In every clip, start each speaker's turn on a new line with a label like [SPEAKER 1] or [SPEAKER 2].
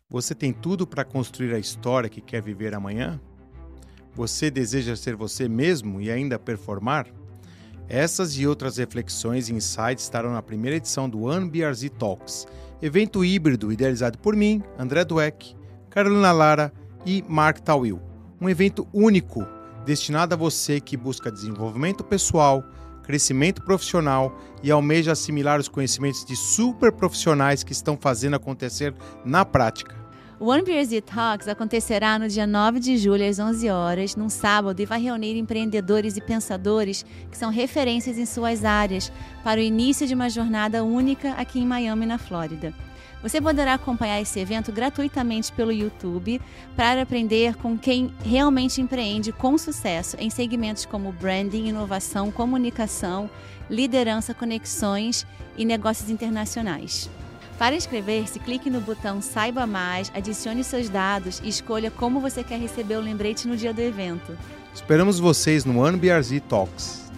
[SPEAKER 1] Você tem tudo para construir a história que quer viver amanhã? Você deseja ser você mesmo e ainda performar? Essas e outras reflexões e insights estarão na primeira edição do One BRZ Talks, evento híbrido idealizado por mim, André Dweck, Carolina Lara e Mark Tawil. Um evento único, destinado a você que busca desenvolvimento pessoal, crescimento profissional e almeja assimilar os conhecimentos de super profissionais que estão fazendo acontecer na prática.
[SPEAKER 2] O One BRZ Talks acontecerá no dia 9 de julho, às 11 horas, num sábado, e vai reunir empreendedores e pensadores que são referências em suas áreas para o início de uma jornada única aqui em Miami, na Flórida. Você poderá acompanhar esse evento gratuitamente pelo YouTube para aprender com quem realmente empreende com sucesso em segmentos como branding, inovação, comunicação, liderança, conexões e negócios internacionais. Para inscrever-se, clique no botão Saiba Mais, adicione seus dados e escolha como você quer receber o lembrete no dia do evento.
[SPEAKER 1] Esperamos vocês no One BRZ Talks.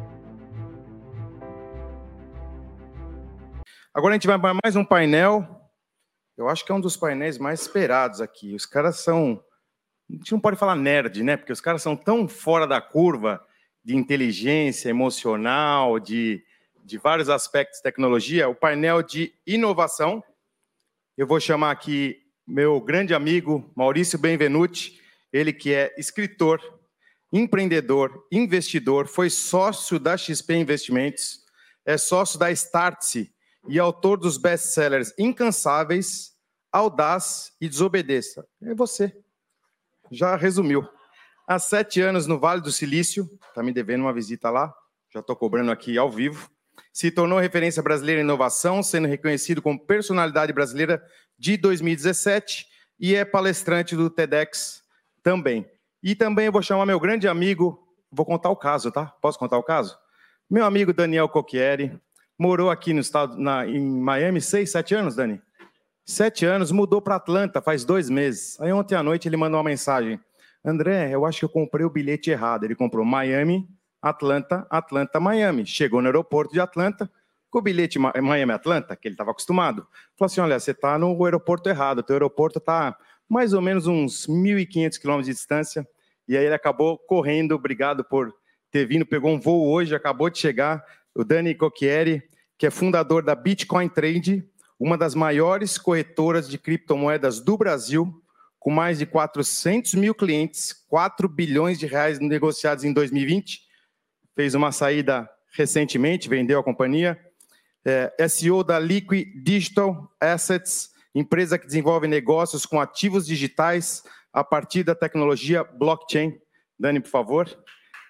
[SPEAKER 1] Agora a gente vai para mais um painel. Eu acho que é um dos painéis mais esperados aqui. Os caras são... A gente não pode falar nerd, né? Porque os caras são tão fora da curva de inteligência emocional, de vários aspectos de tecnologia. O painel de inovação. Eu vou chamar aqui meu grande amigo Maurício Benvenuti, ele que é escritor, empreendedor, investidor, foi sócio da XP Investimentos, é sócio da Startse e autor dos best-sellers Incansáveis, Audaz e Desobedeça. É você. Já resumiu. Há 7 anos no Vale do Silício, está me devendo uma visita lá, já estou cobrando aqui ao vivo. Se tornou referência brasileira em inovação, sendo reconhecido como personalidade brasileira de 2017 e é palestrante do TEDx também. E também eu vou chamar meu grande amigo, vou contar o caso, tá? Posso contar o caso? Meu amigo Daniel Cocchieri, morou aqui no estado, em Miami 6, 7 anos, Dani? 7 anos, mudou para Atlanta faz 2 meses. Aí ontem à noite ele mandou uma mensagem. André, eu acho que eu comprei o bilhete errado. Ele comprou Miami, Atlanta, Atlanta, Miami. Chegou no aeroporto de Atlanta, com o bilhete Miami-Atlanta, que ele estava acostumado. Falou assim, olha, você está no aeroporto errado. O teu aeroporto está mais ou menos uns 1.500 quilômetros de distância. E aí ele acabou correndo. Obrigado por ter vindo. Pegou um voo hoje, acabou de chegar. O Dani Cocchieri, que é fundador da Bitcoin Trade, uma das maiores corretoras de criptomoedas do Brasil, com mais de 400 mil clientes, 4 bilhões de reais negociados em 2020. Fez uma saída recentemente, vendeu a companhia. É CEO da Liquid Digital Assets, empresa que desenvolve negócios com ativos digitais a partir da tecnologia blockchain. Dani, por favor.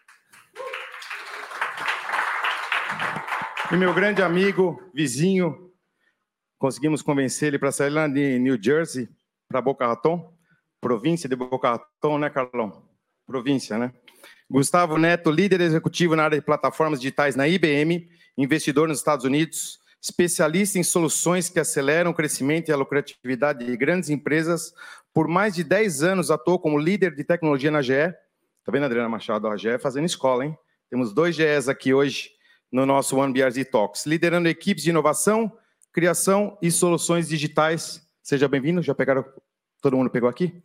[SPEAKER 1] E meu grande amigo, vizinho, conseguimos convencer ele para sair lá de New Jersey para Boca Raton, província de Boca Raton, né, Carlão? Província, né? Gustavo Neto, líder executivo na área de plataformas digitais na IBM, investidor nos Estados Unidos, especialista em soluções que aceleram o crescimento e a lucratividade de grandes empresas. Por mais de 10 anos atuou como líder de tecnologia na GE. Tá vendo, Adriana Machado? A GE fazendo escola, hein? Temos 2 GEs aqui hoje no nosso One BRZ Talks, liderando equipes de inovação, criação e soluções digitais. Seja bem-vindo. Já pegaram? Todo mundo pegou aqui?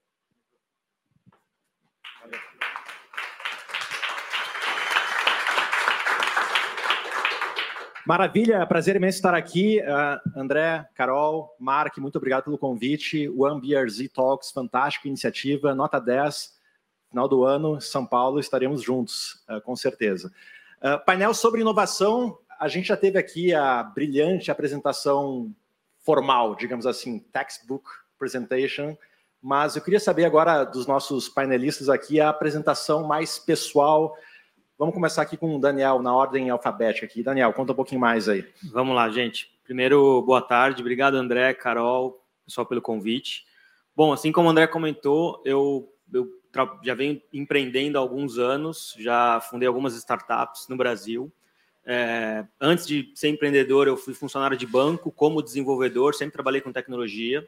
[SPEAKER 3] Maravilha, prazer imenso estar aqui. André, Carol, Mark, muito obrigado pelo convite. One BRZ Talks, fantástica iniciativa, nota 10. Final do ano, São Paulo, estaremos juntos, com certeza. Painel sobre inovação, a gente já teve aqui a brilhante apresentação formal, digamos assim, textbook presentation, mas eu queria saber agora dos nossos painelistas aqui a apresentação mais pessoal. Vamos começar aqui com o Daniel, na ordem alfabética aqui. Daniel, conta um pouquinho mais aí.
[SPEAKER 4] Vamos lá, gente. Primeiro, boa tarde. Obrigado, André, Carol, pessoal, pelo convite. Bom, assim como o André comentou, eu já venho empreendendo há alguns anos, já fundei algumas startups no Brasil. Antes de ser empreendedor, eu fui funcionário de banco, como desenvolvedor, sempre trabalhei com tecnologia.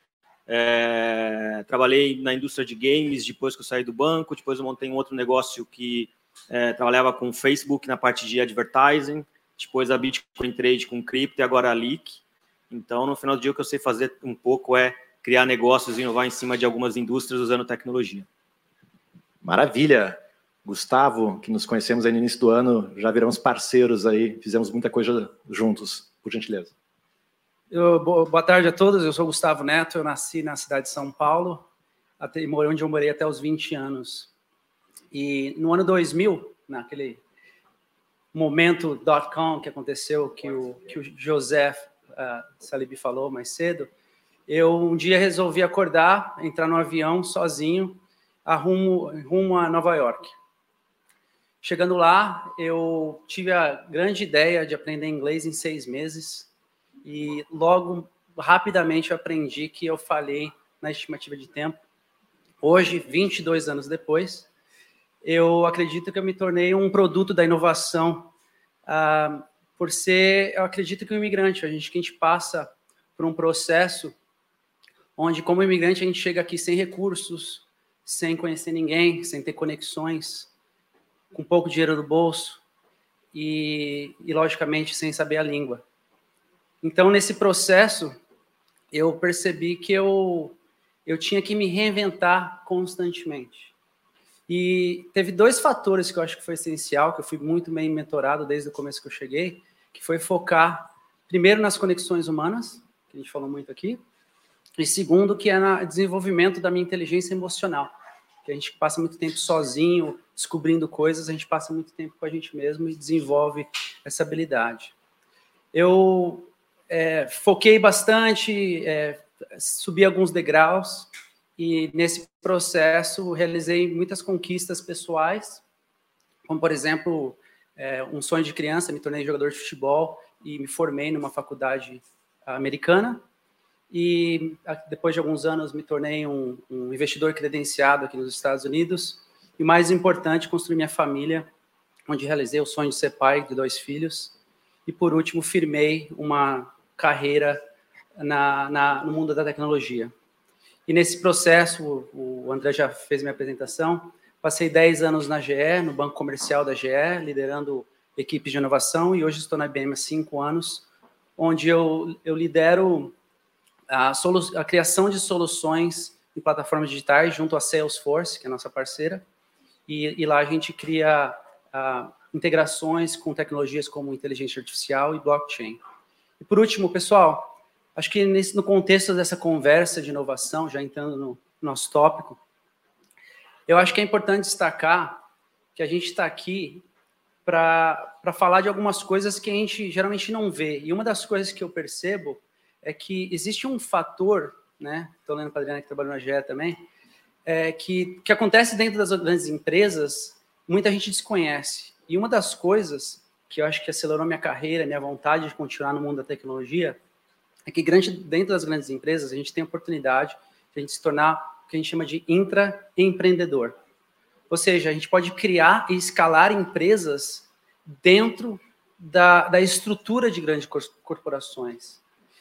[SPEAKER 4] Trabalhei na indústria de games, depois que eu saí do banco, depois eu montei um outro negócio que trabalhava com Facebook na parte de advertising, depois a Bitcoin Trade com cripto e agora a Leak. Então, no final do dia, o que eu sei fazer um pouco é criar negócios e inovar em cima de algumas indústrias usando tecnologia.
[SPEAKER 3] Maravilha! Gustavo, que nos conhecemos aí no início do ano, já viramos parceiros aí, fizemos muita coisa juntos, por gentileza.
[SPEAKER 5] Boa tarde a todos, eu sou Gustavo Neto, eu nasci na cidade de São Paulo, onde eu morei até os 20 anos. E no ano 2000, naquele momento .com que aconteceu, que o José Salibi falou mais cedo, eu um dia resolvi acordar, entrar no avião sozinho, rumo a Nova York. Chegando lá, eu tive a grande ideia de aprender inglês em 6 meses e logo, rapidamente, eu aprendi que eu falhei na estimativa de tempo. Hoje, 22 anos depois, eu acredito que eu me tornei um produto da inovação por ser, eu acredito que o imigrante, que a gente passa por um processo onde, como imigrante, a gente chega aqui sem recursos, sem conhecer ninguém, sem ter conexões, com pouco dinheiro no bolso e, logicamente, sem saber a língua. Então, nesse processo, eu percebi que eu tinha que me reinventar constantemente. E teve 2 fatores que eu acho que foi essencial, que eu fui muito bem mentorado desde o começo que eu cheguei, que foi focar, primeiro, nas conexões humanas, que a gente falou muito aqui, e segundo, que é no desenvolvimento da minha inteligência emocional, que a gente passa muito tempo sozinho, descobrindo coisas, a gente passa muito tempo com a gente mesmo e desenvolve essa habilidade. Eu foquei bastante, subi alguns degraus e, nesse processo, realizei muitas conquistas pessoais, como, por exemplo, um sonho de criança, me tornei jogador de futebol e me formei numa faculdade americana. E depois de alguns anos me tornei um investidor credenciado aqui nos Estados Unidos. E o mais importante, construí minha família, onde realizei o sonho de ser pai de 2 filhos. E por último, firmei uma carreira no mundo da tecnologia. E nesse processo, o André já fez minha apresentação, passei 10 anos na GE, no banco comercial da GE, liderando equipes de inovação, e hoje estou na IBM há 5 anos, onde eu lidero a criação de soluções em plataformas digitais junto à Salesforce, que é a nossa parceira, e lá a gente cria integrações com tecnologias como inteligência artificial e blockchain. E por último, pessoal, acho que no contexto dessa conversa de inovação, já entrando no nosso tópico, eu acho que é importante destacar que a gente está aqui para falar de algumas coisas que a gente geralmente não vê. E uma das coisas que eu percebo é que existe um fator, né? Estou lendo para a Adriana, que trabalha na GE também, que acontece dentro das grandes empresas, muita gente desconhece. E uma das coisas que eu acho que acelerou minha carreira, minha vontade de continuar no mundo da tecnologia, é que dentro das grandes empresas a gente tem a oportunidade de a gente se tornar o que a gente chama de intraempreendedor. Ou seja, a gente pode criar e escalar empresas dentro da estrutura de grandes corporações.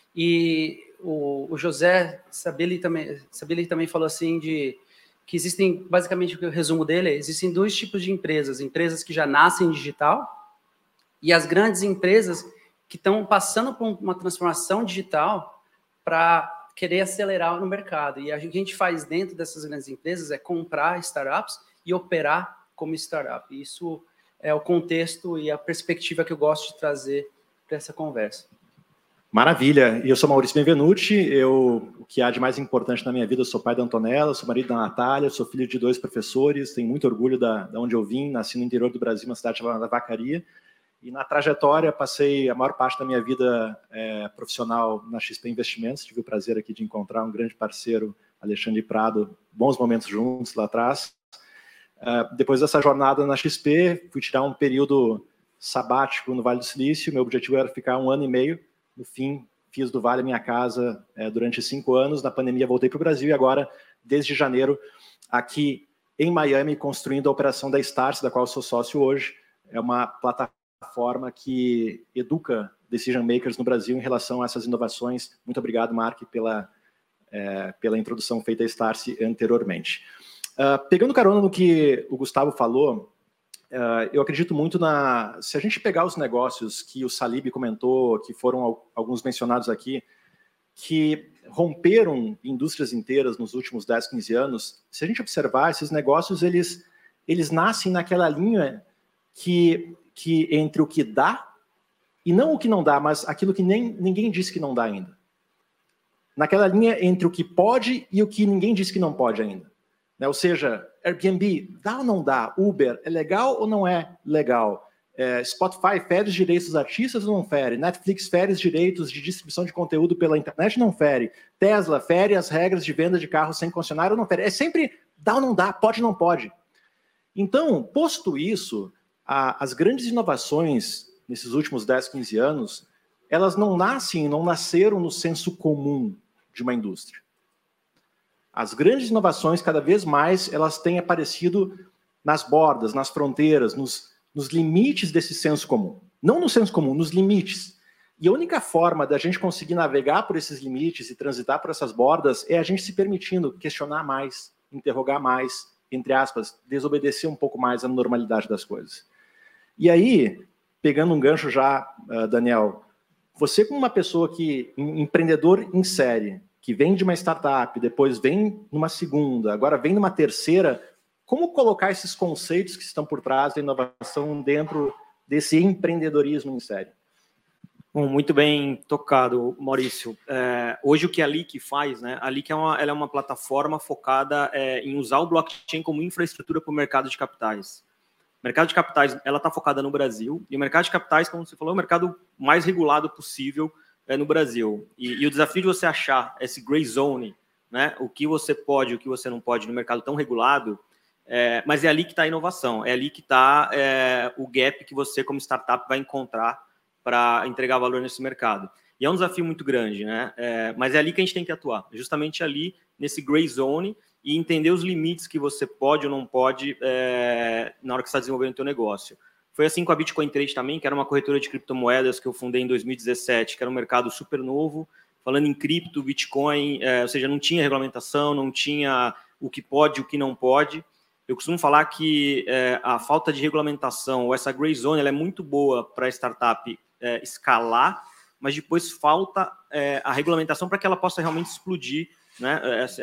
[SPEAKER 5] E o José Salibi também falou assim que existem, basicamente, o resumo dele existem 2 tipos de empresas que já nascem digital e as grandes empresas que estão passando por uma transformação digital para querer acelerar no mercado. E a gente faz dentro dessas grandes empresas é comprar startups e operar como startup. E isso é o contexto e a perspectiva que eu gosto de trazer para essa conversa.
[SPEAKER 3] Maravilha. E eu sou Maurício Benvenuti. O que há de mais importante na minha vida, eu sou pai da Antonella, sou marido da Natália, sou filho de 2 professores, tenho muito orgulho da onde eu vim, nasci no interior do Brasil, uma cidade chamada Vacaria. E na trajetória, passei a maior parte da minha vida profissional na XP Investimentos. Tive o prazer aqui de encontrar um grande parceiro, Alexandre Prado, bons momentos juntos lá atrás. Depois dessa jornada na XP, fui tirar um período sabático no Vale do Silício. Meu objetivo era ficar 1 ano e meio. No fim, fiz do Vale a minha casa durante 5 anos. Na pandemia, voltei para o Brasil e agora, desde janeiro, aqui em Miami, construindo a operação da Starse, da qual eu sou sócio hoje. É uma plataforma que educa decision makers no Brasil em relação a essas inovações. Muito obrigado, Mark, pela introdução feita a Starse anteriormente. Pegando carona no que o Gustavo falou, eu acredito muito se a gente pegar os negócios que o Salibi comentou, que foram alguns mencionados aqui, que romperam indústrias inteiras nos últimos 10, 15 anos, se a gente observar, esses negócios, eles nascem naquela linha que entre o que dá, e não o que não dá, mas aquilo que ninguém disse que não dá ainda. Naquela linha entre o que pode e o que ninguém disse que não pode ainda. Né? Ou seja, Airbnb, dá ou não dá? Uber, é legal ou não é legal? Spotify fere os direitos dos artistas ou não fere? Netflix fere os direitos de distribuição de conteúdo pela internet ou não fere? Tesla fere as regras de venda de carros sem concessionário ou não fere? É sempre dá ou não dá, pode ou não pode. Então, posto isso, as grandes inovações nesses últimos 10, 15 anos, elas não nasceram no senso comum de uma indústria. As grandes inovações, cada vez mais, elas têm aparecido nas bordas, nas fronteiras, nos limites desse senso comum. Não no senso comum, nos limites. E a única forma da gente conseguir navegar por esses limites e transitar por essas bordas é a gente se permitindo questionar mais, interrogar mais, entre aspas, desobedecer um pouco mais à normalidade das coisas. E aí, pegando um gancho já, Daniel, você como uma pessoa um empreendedor em série, que vem de uma startup, depois vem numa segunda, agora vem numa terceira, como colocar esses conceitos que estão por trás da inovação dentro desse empreendedorismo em série?
[SPEAKER 4] Bom, muito bem tocado, Maurício. Hoje o que a Leak faz, né? A Leak ela é uma plataforma focada em usar o blockchain como infraestrutura para o mercado de capitais. O mercado de capitais, ela está focada no Brasil, e o mercado de capitais, como você falou, é o mercado mais regulado possível no Brasil. E o desafio de você achar esse gray zone, né? O que você pode e o que você não pode no mercado tão regulado, mas é ali que está a inovação, é ali que está o gap que você, como startup, vai encontrar para entregar valor nesse mercado. E é um desafio muito grande, né? Mas é ali que a gente tem que atuar, justamente ali, nesse gray zone, e entender os limites que você pode ou não pode na hora que você está desenvolvendo o seu negócio. Foi assim com a Bitcoin Trade também, que era uma corretora de criptomoedas que eu fundei em 2017, que era um mercado super novo, falando em cripto, Bitcoin, ou seja, não tinha regulamentação, não tinha o que pode e o que não pode. Eu costumo falar que a falta de regulamentação, ou essa gray zone, ela é muito boa para a startup escalar, mas depois falta a regulamentação para que ela possa realmente explodir, né?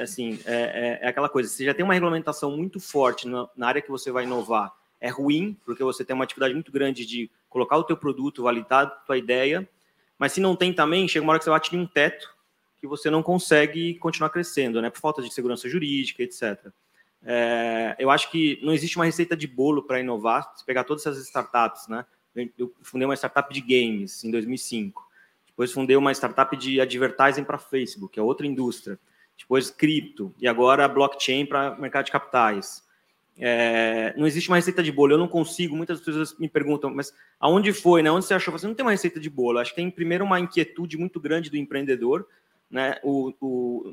[SPEAKER 4] É aquela coisa, você já tem uma regulamentação muito forte na área que você vai inovar, é ruim, porque você tem uma dificuldade muito grande de colocar o teu produto, validar a tua ideia, mas se não tem também, chega uma hora que você bate em um teto que você não consegue continuar crescendo, né? Por falta de segurança jurídica, etc. Eu acho que não existe uma receita de bolo para inovar. Se pegar todas essas startups, né? Eu fundei uma startup de games em 2005. Depois fundei uma startup de advertising para Facebook, que é outra indústria. Depois cripto. E agora blockchain para mercado de capitais. Não existe uma receita de bolo. Eu não consigo. Muitas pessoas me perguntam, mas aonde foi, né? Onde você achou? Você não tem uma receita de bolo. Acho que tem, primeiro, uma inquietude muito grande do empreendedor, né? O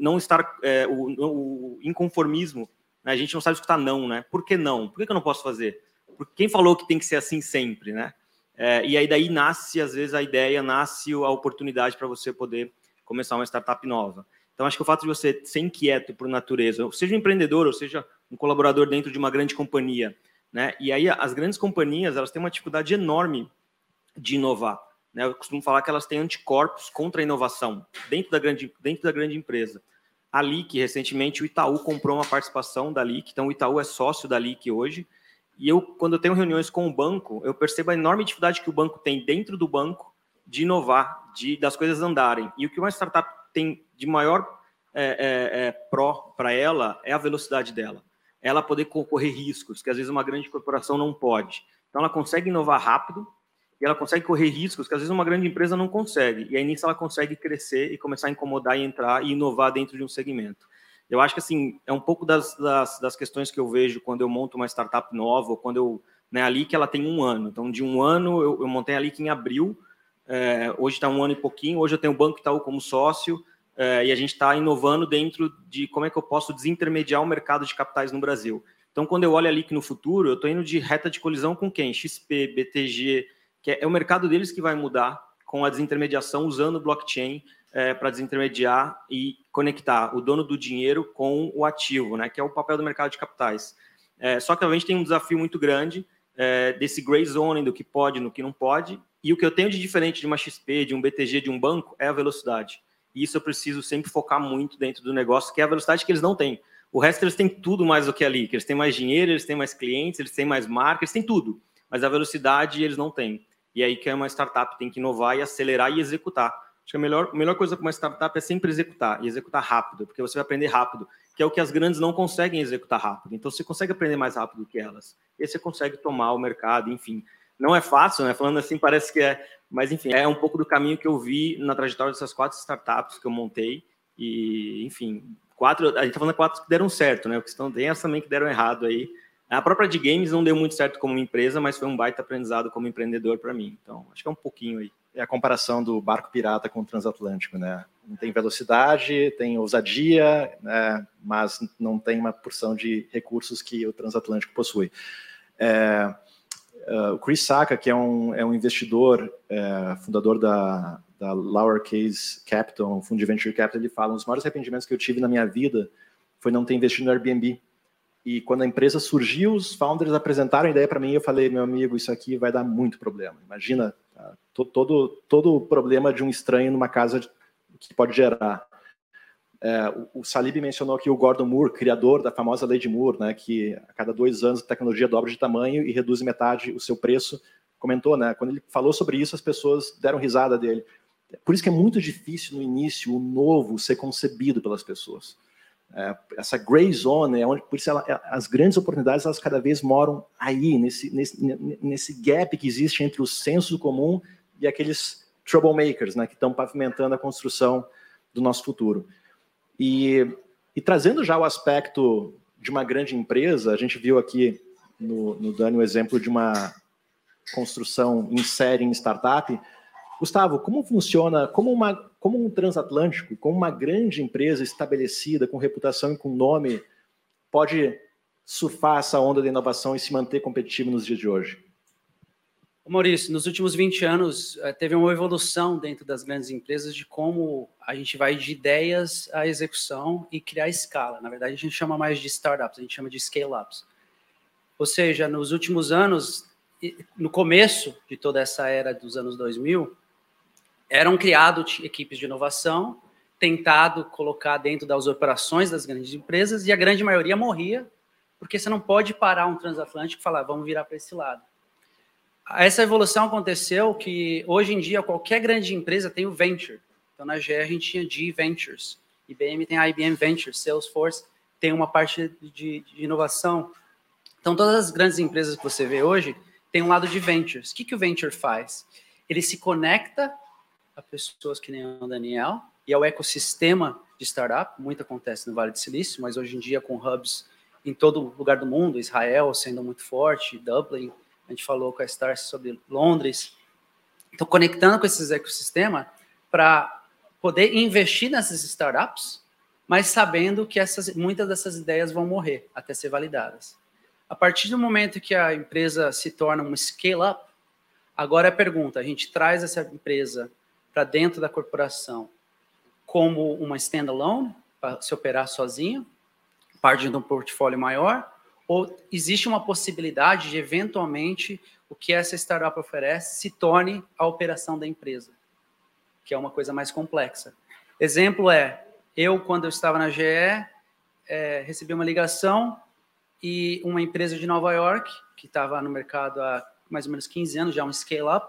[SPEAKER 4] inconformismo. A gente não sabe escutar não, né? Por que não? Por que eu não posso fazer? Porque quem falou que tem que ser assim sempre, né? E aí daí nasce, às vezes, a ideia, nasce a oportunidade para você poder começar uma startup nova. Então, acho que o fato de você ser inquieto por natureza, seja um empreendedor, ou seja um colaborador dentro de uma grande companhia, né? E aí as grandes companhias, elas têm uma dificuldade enorme de inovar, né? Eu costumo falar que elas têm anticorpos contra a inovação dentro da grande empresa. A Leak, recentemente, o Itaú comprou uma participação da Leak, então o Itaú é sócio da Leak hoje, e quando eu tenho reuniões com o banco, eu percebo a enorme dificuldade que o banco tem dentro do banco de inovar, das coisas andarem. E o que uma startup tem de maior pró para ela é a velocidade dela. Ela poder correr riscos, que às vezes uma grande corporação não pode. Então ela consegue inovar rápido, e ela consegue correr riscos que às vezes uma grande empresa não consegue. E aí nisso ela consegue crescer e começar a incomodar e entrar e inovar dentro de um segmento. Eu acho que assim, é um pouco das questões que eu vejo quando eu monto uma startup nova, ou quando a Leak, ela tem 1 ano. Então, de 1 ano, eu montei a Leak em abril, hoje está 1 ano e pouquinho, hoje eu tenho o Banco Itaú como sócio, e a gente está inovando dentro de como é que eu posso desintermediar o mercado de capitais no Brasil. Então, quando eu olho a Leak no futuro, eu estou indo de reta de colisão com quem? XP, BTG, que é o mercado deles que vai mudar com a desintermediação, usando o blockchain para desintermediar e conectar o dono do dinheiro com o ativo, né, que é o papel do mercado de capitais. Só que a gente tem um desafio muito grande desse gray zone, do que pode, no que não pode, e o que eu tenho de diferente de uma XP, de um BTG, de um banco, é a velocidade. E isso eu preciso sempre focar muito dentro do negócio, que é a velocidade que eles não têm. O resto eles têm tudo mais do que ali, que eles têm mais dinheiro, eles têm mais clientes, eles têm mais marca, eles têm tudo. Mas a velocidade eles não têm. E aí que uma startup tem que inovar e acelerar e executar. Acho que a melhor coisa com uma startup é sempre executar, e executar rápido, porque você vai aprender rápido, que é o que as grandes não conseguem executar rápido. Então, você consegue aprender mais rápido que elas. E você consegue tomar o mercado, enfim. Não é fácil, né? Falando assim, parece que é... Mas, enfim, é um pouco do caminho que eu vi na trajetória dessas 4 startups que eu montei. E, enfim, 4... A gente está falando de 4 que deram certo, né? O que estão tem as também que deram errado aí. A própria de games não deu muito certo como uma empresa, mas foi um baita aprendizado como empreendedor para mim. Então, acho que é um pouquinho aí.
[SPEAKER 3] É a comparação do barco pirata com o transatlântico, né? Não tem velocidade, tem ousadia, né? Mas não tem uma porção de recursos que o transatlântico possui. O Chris Sacca, que é um investidor, fundador da Lowercase Capital, um fundo de venture capital, ele fala: um dos maiores arrependimentos que eu tive na minha vida foi não ter investido no Airbnb. E quando a empresa surgiu, os founders apresentaram a ideia para mim e eu falei: meu amigo, isso aqui vai dar muito problema. Imagina todo o problema de um estranho numa casa que pode gerar. O Salib mencionou aqui o Gordon Moore, criador da famosa lei de Moore, né, que a cada 2 anos a tecnologia dobra de tamanho e reduz metade o seu preço. Comentou, né? Quando ele falou sobre isso, as pessoas deram risada dele. Por isso que é muito difícil no início o novo ser concebido pelas pessoas. Essa gray zone, por isso as grandes oportunidades elas cada vez moram aí, nesse gap que existe entre o senso comum e aqueles troublemakers, né, que estão pavimentando a construção do nosso futuro. E trazendo já o aspecto de uma grande empresa, a gente viu aqui no Dani o exemplo de uma construção em série em startup. Gustavo, como funciona, como um transatlântico, como uma grande empresa estabelecida, com reputação e com nome, pode surfar essa onda da inovação e se manter competitivo nos dias de hoje?
[SPEAKER 5] Maurício, nos últimos 20 anos, teve uma evolução dentro das grandes empresas de como a gente vai de ideias à execução e criar escala. Na verdade, a gente chama mais de startups, a gente chama de scale-ups. Ou seja, nos últimos anos, no começo de toda essa era dos anos 2000, eram criadas equipes de inovação, tentado colocar dentro das operações das grandes empresas, e a grande maioria morria, porque você não pode parar um transatlântico e falar: vamos virar para esse lado. Essa evolução aconteceu que, hoje em dia, qualquer grande empresa tem o venture. Então, na GE, a gente tinha G Ventures, IBM tem a IBM Ventures, Salesforce tem uma parte de inovação. Então, todas as grandes empresas que você vê hoje tem um lado de ventures. O que o venture faz? Ele se conecta a pessoas que nem o Daniel e ao ecossistema de startup. Muito acontece no Vale do Silício, mas hoje em dia com hubs em todo lugar do mundo, Israel sendo muito forte, Dublin, a gente falou com a Starce sobre Londres. Então, conectando com esses ecossistemas para poder investir nessas startups, mas sabendo que muitas dessas ideias vão morrer até ser validadas. A partir do momento que a empresa se torna uma scale-up, agora a pergunta: a gente traz essa empresa para dentro da corporação como uma standalone, para se operar sozinho, parte de um portfólio maior, ou existe uma possibilidade de, eventualmente, o que essa startup oferece se torne a operação da empresa, que é uma coisa mais complexa. Exemplo eu, quando eu estava na GE, recebi uma ligação e uma empresa de Nova York, que estava no mercado há mais ou menos 15 anos, já um scale-up,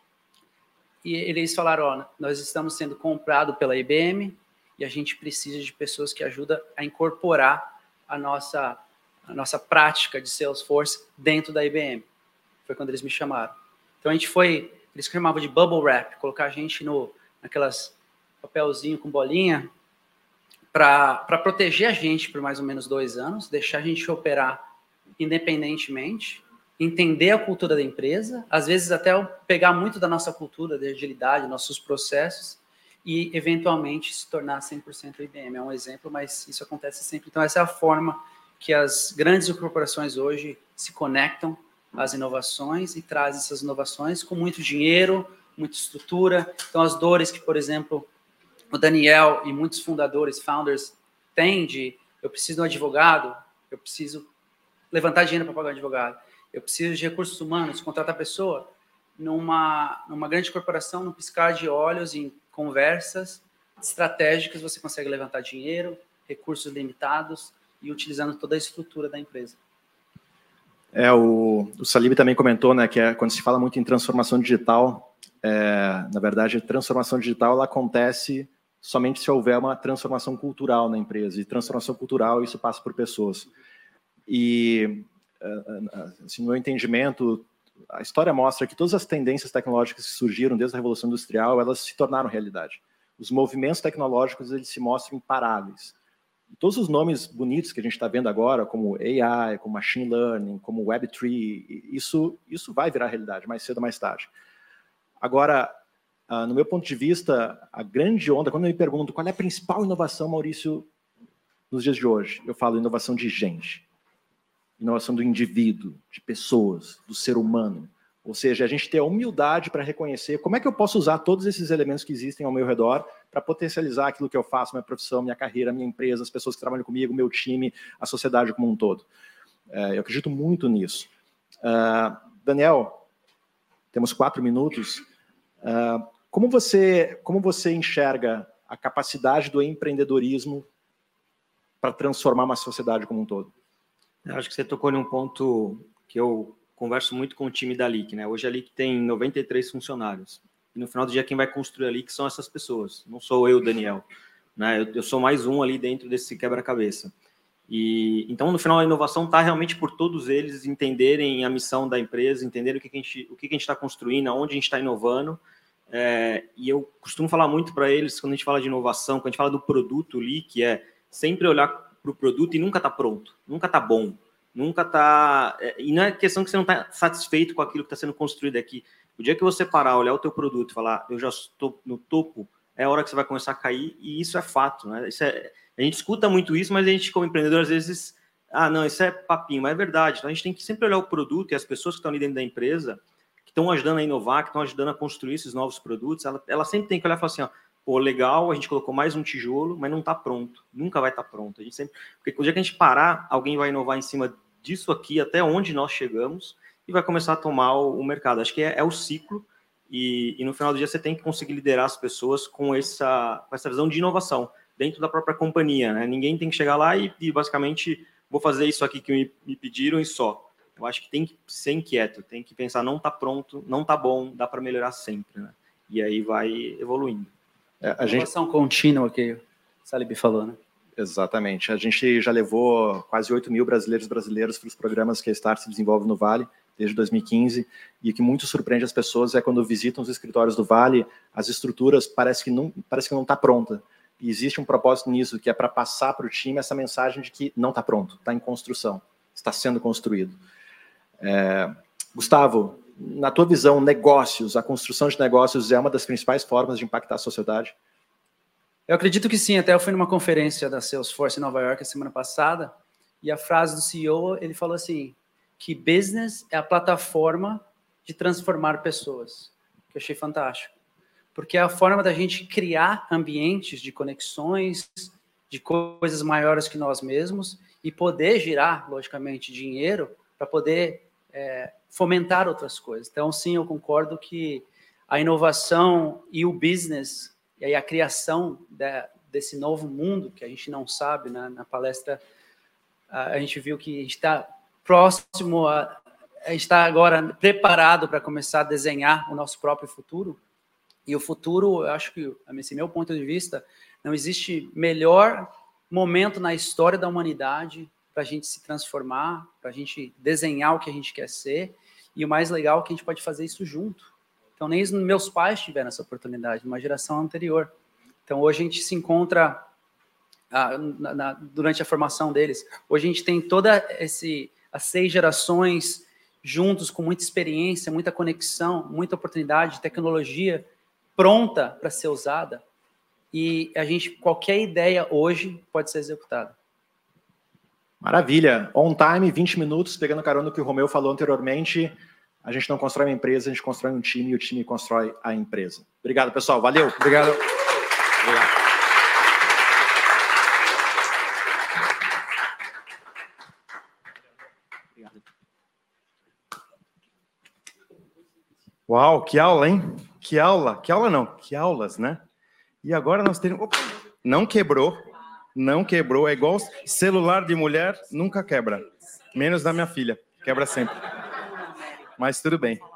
[SPEAKER 5] e eles falaram: nós estamos sendo comprados pela IBM e a gente precisa de pessoas que ajudam a incorporar a nossa prática de Salesforce dentro da IBM. Foi quando eles me chamaram. Então, eles chamavam de bubble wrap, colocar a gente naquelas papelzinho com bolinha, para proteger a gente por mais ou menos 2 anos, deixar a gente operar independentemente, entender a cultura da empresa, às vezes até pegar muito da nossa cultura de agilidade, nossos processos, e eventualmente se tornar 100% IBM. É um exemplo, mas isso acontece sempre. Então, essa é a forma que as grandes corporações hoje se conectam às inovações e trazem essas inovações com muito dinheiro, muita estrutura. Então, as dores que, por exemplo, o Daniel e muitos founders, têm de: eu preciso de um advogado, eu preciso levantar dinheiro para pagar um advogado, eu preciso de recursos humanos, contratar pessoa. Numa grande corporação, no piscar de olhos, em conversas, estratégicas, você consegue levantar dinheiro, recursos limitados e utilizando toda a estrutura da empresa.
[SPEAKER 3] O Salib também comentou, né, que quando se fala muito em transformação digital, na verdade, a transformação digital ela acontece somente se houver uma transformação cultural na empresa. E transformação cultural, isso passa por pessoas. E, assim, no meu entendimento, a história mostra que todas as tendências tecnológicas que surgiram desde a Revolução Industrial, elas se tornaram realidade. Os movimentos tecnológicos, eles se mostram imparáveis. E todos os nomes bonitos que a gente está vendo agora, como AI, como Machine Learning, como Web3, isso vai virar realidade, mais cedo ou mais tarde. Agora, no meu ponto de vista, a grande onda, quando eu me pergunto qual é a principal inovação, Maurício, nos dias de hoje, eu falo inovação de gente, inovação do indivíduo, de pessoas, do ser humano. Ou seja, a gente ter a humildade para reconhecer como é que eu posso usar todos esses elementos que existem ao meu redor para potencializar aquilo que eu faço, minha profissão, minha carreira, minha empresa, as pessoas que trabalham comigo, meu time, a sociedade como um todo. Eu acredito muito nisso. Daniel, temos 4 minutos. Como você enxerga a capacidade do empreendedorismo para transformar uma sociedade como um todo?
[SPEAKER 4] Eu acho que você tocou em um ponto que eu converso muito com o time da LIC, né? Hoje a LIC tem 93 funcionários. E no final do dia, quem vai construir a LIC são essas pessoas. Não sou eu, Daniel. Né? Eu sou mais um ali dentro desse quebra-cabeça. E então, no final, a inovação está realmente por todos eles entenderem a missão da empresa, entenderem o que a gente está construindo, aonde a gente está inovando. E eu costumo falar muito para eles, quando a gente fala de inovação, quando a gente fala do produto LIC, é sempre olhar para o produto e nunca está pronto, nunca está bom, nunca está... E não é questão que você não está satisfeito com aquilo que está sendo construído aqui. O dia que você parar, olhar o teu produto e falar, eu já estou no topo, é a hora que você vai começar a cair, e isso é fato, né? A gente escuta muito isso, mas a gente, como empreendedor, às vezes, não, isso é papinho, mas é verdade. Então, a gente tem que sempre olhar o produto e as pessoas que estão ali dentro da empresa, que estão ajudando a inovar, que estão ajudando a construir esses novos produtos, ela sempre tem que olhar e falar assim, pô, legal, a gente colocou mais um tijolo, mas não está pronto, nunca vai estar pronto. A gente sempre... Porque o dia que a gente parar, alguém vai inovar em cima disso aqui, até onde nós chegamos, e vai começar a tomar o mercado. Acho que é o ciclo, e no final do dia você tem que conseguir liderar as pessoas com essa visão de inovação, dentro da própria companhia, né? Ninguém tem que chegar lá e basicamente, vou fazer isso aqui que me pediram e só. Eu acho que tem que ser inquieto, tem que pensar, não está pronto, não está bom, dá para melhorar sempre, né? E aí vai evoluindo.
[SPEAKER 5] A inovação contínua que o Salib falou, né?
[SPEAKER 3] Exatamente. A gente já levou quase 8 mil brasileiros para os programas que a Start se desenvolve no Vale, desde 2015, e o que muito surpreende as pessoas é quando visitam os escritórios do Vale, as estruturas parece que não está pronta. E existe um propósito nisso, que é para passar para o time essa mensagem de que não está pronto, está em construção, está sendo construído. Gustavo, na tua visão, negócios, a construção de negócios é uma das principais formas de impactar a sociedade?
[SPEAKER 5] Eu acredito que sim. Até eu fui numa conferência da Salesforce em Nova York a semana passada, e a frase do CEO, ele falou assim, que business é a plataforma de transformar pessoas, que eu achei fantástico. Porque é a forma da gente criar ambientes de conexões, de coisas maiores que nós mesmos, e poder girar, logicamente, dinheiro para poder fomentar outras coisas. Então, sim, eu concordo que a inovação e o business, e aí a criação desse novo mundo, que a gente não sabe, né? Na palestra, a gente viu que a gente está próximo, a gente está agora preparado para começar a desenhar o nosso próprio futuro. E o futuro, eu acho que, esse meu ponto de vista, não existe melhor momento na história da humanidade para a gente se transformar, para a gente desenhar o que a gente quer ser, e o mais legal é que a gente pode fazer isso junto. Então, nem os meus pais tiveram essa oportunidade, numa geração anterior. Então, hoje a gente se encontra durante a formação deles. Hoje a gente tem as 6 gerações juntos, com muita experiência, muita conexão, muita oportunidade, tecnologia pronta para ser usada, e qualquer ideia hoje pode ser executada.
[SPEAKER 3] Maravilha. On time, 20 minutos, pegando carona no que o Romeu falou anteriormente. A gente não constrói uma empresa, a gente constrói um time e o time constrói a empresa. Obrigado, pessoal. Valeu.
[SPEAKER 5] Obrigado.
[SPEAKER 1] Uau, que aula, hein? Que aula não, que aulas, né? E agora nós temos... Opa, não quebrou, é igual celular de mulher, nunca quebra. Menos da minha filha, quebra sempre. Mas tudo bem.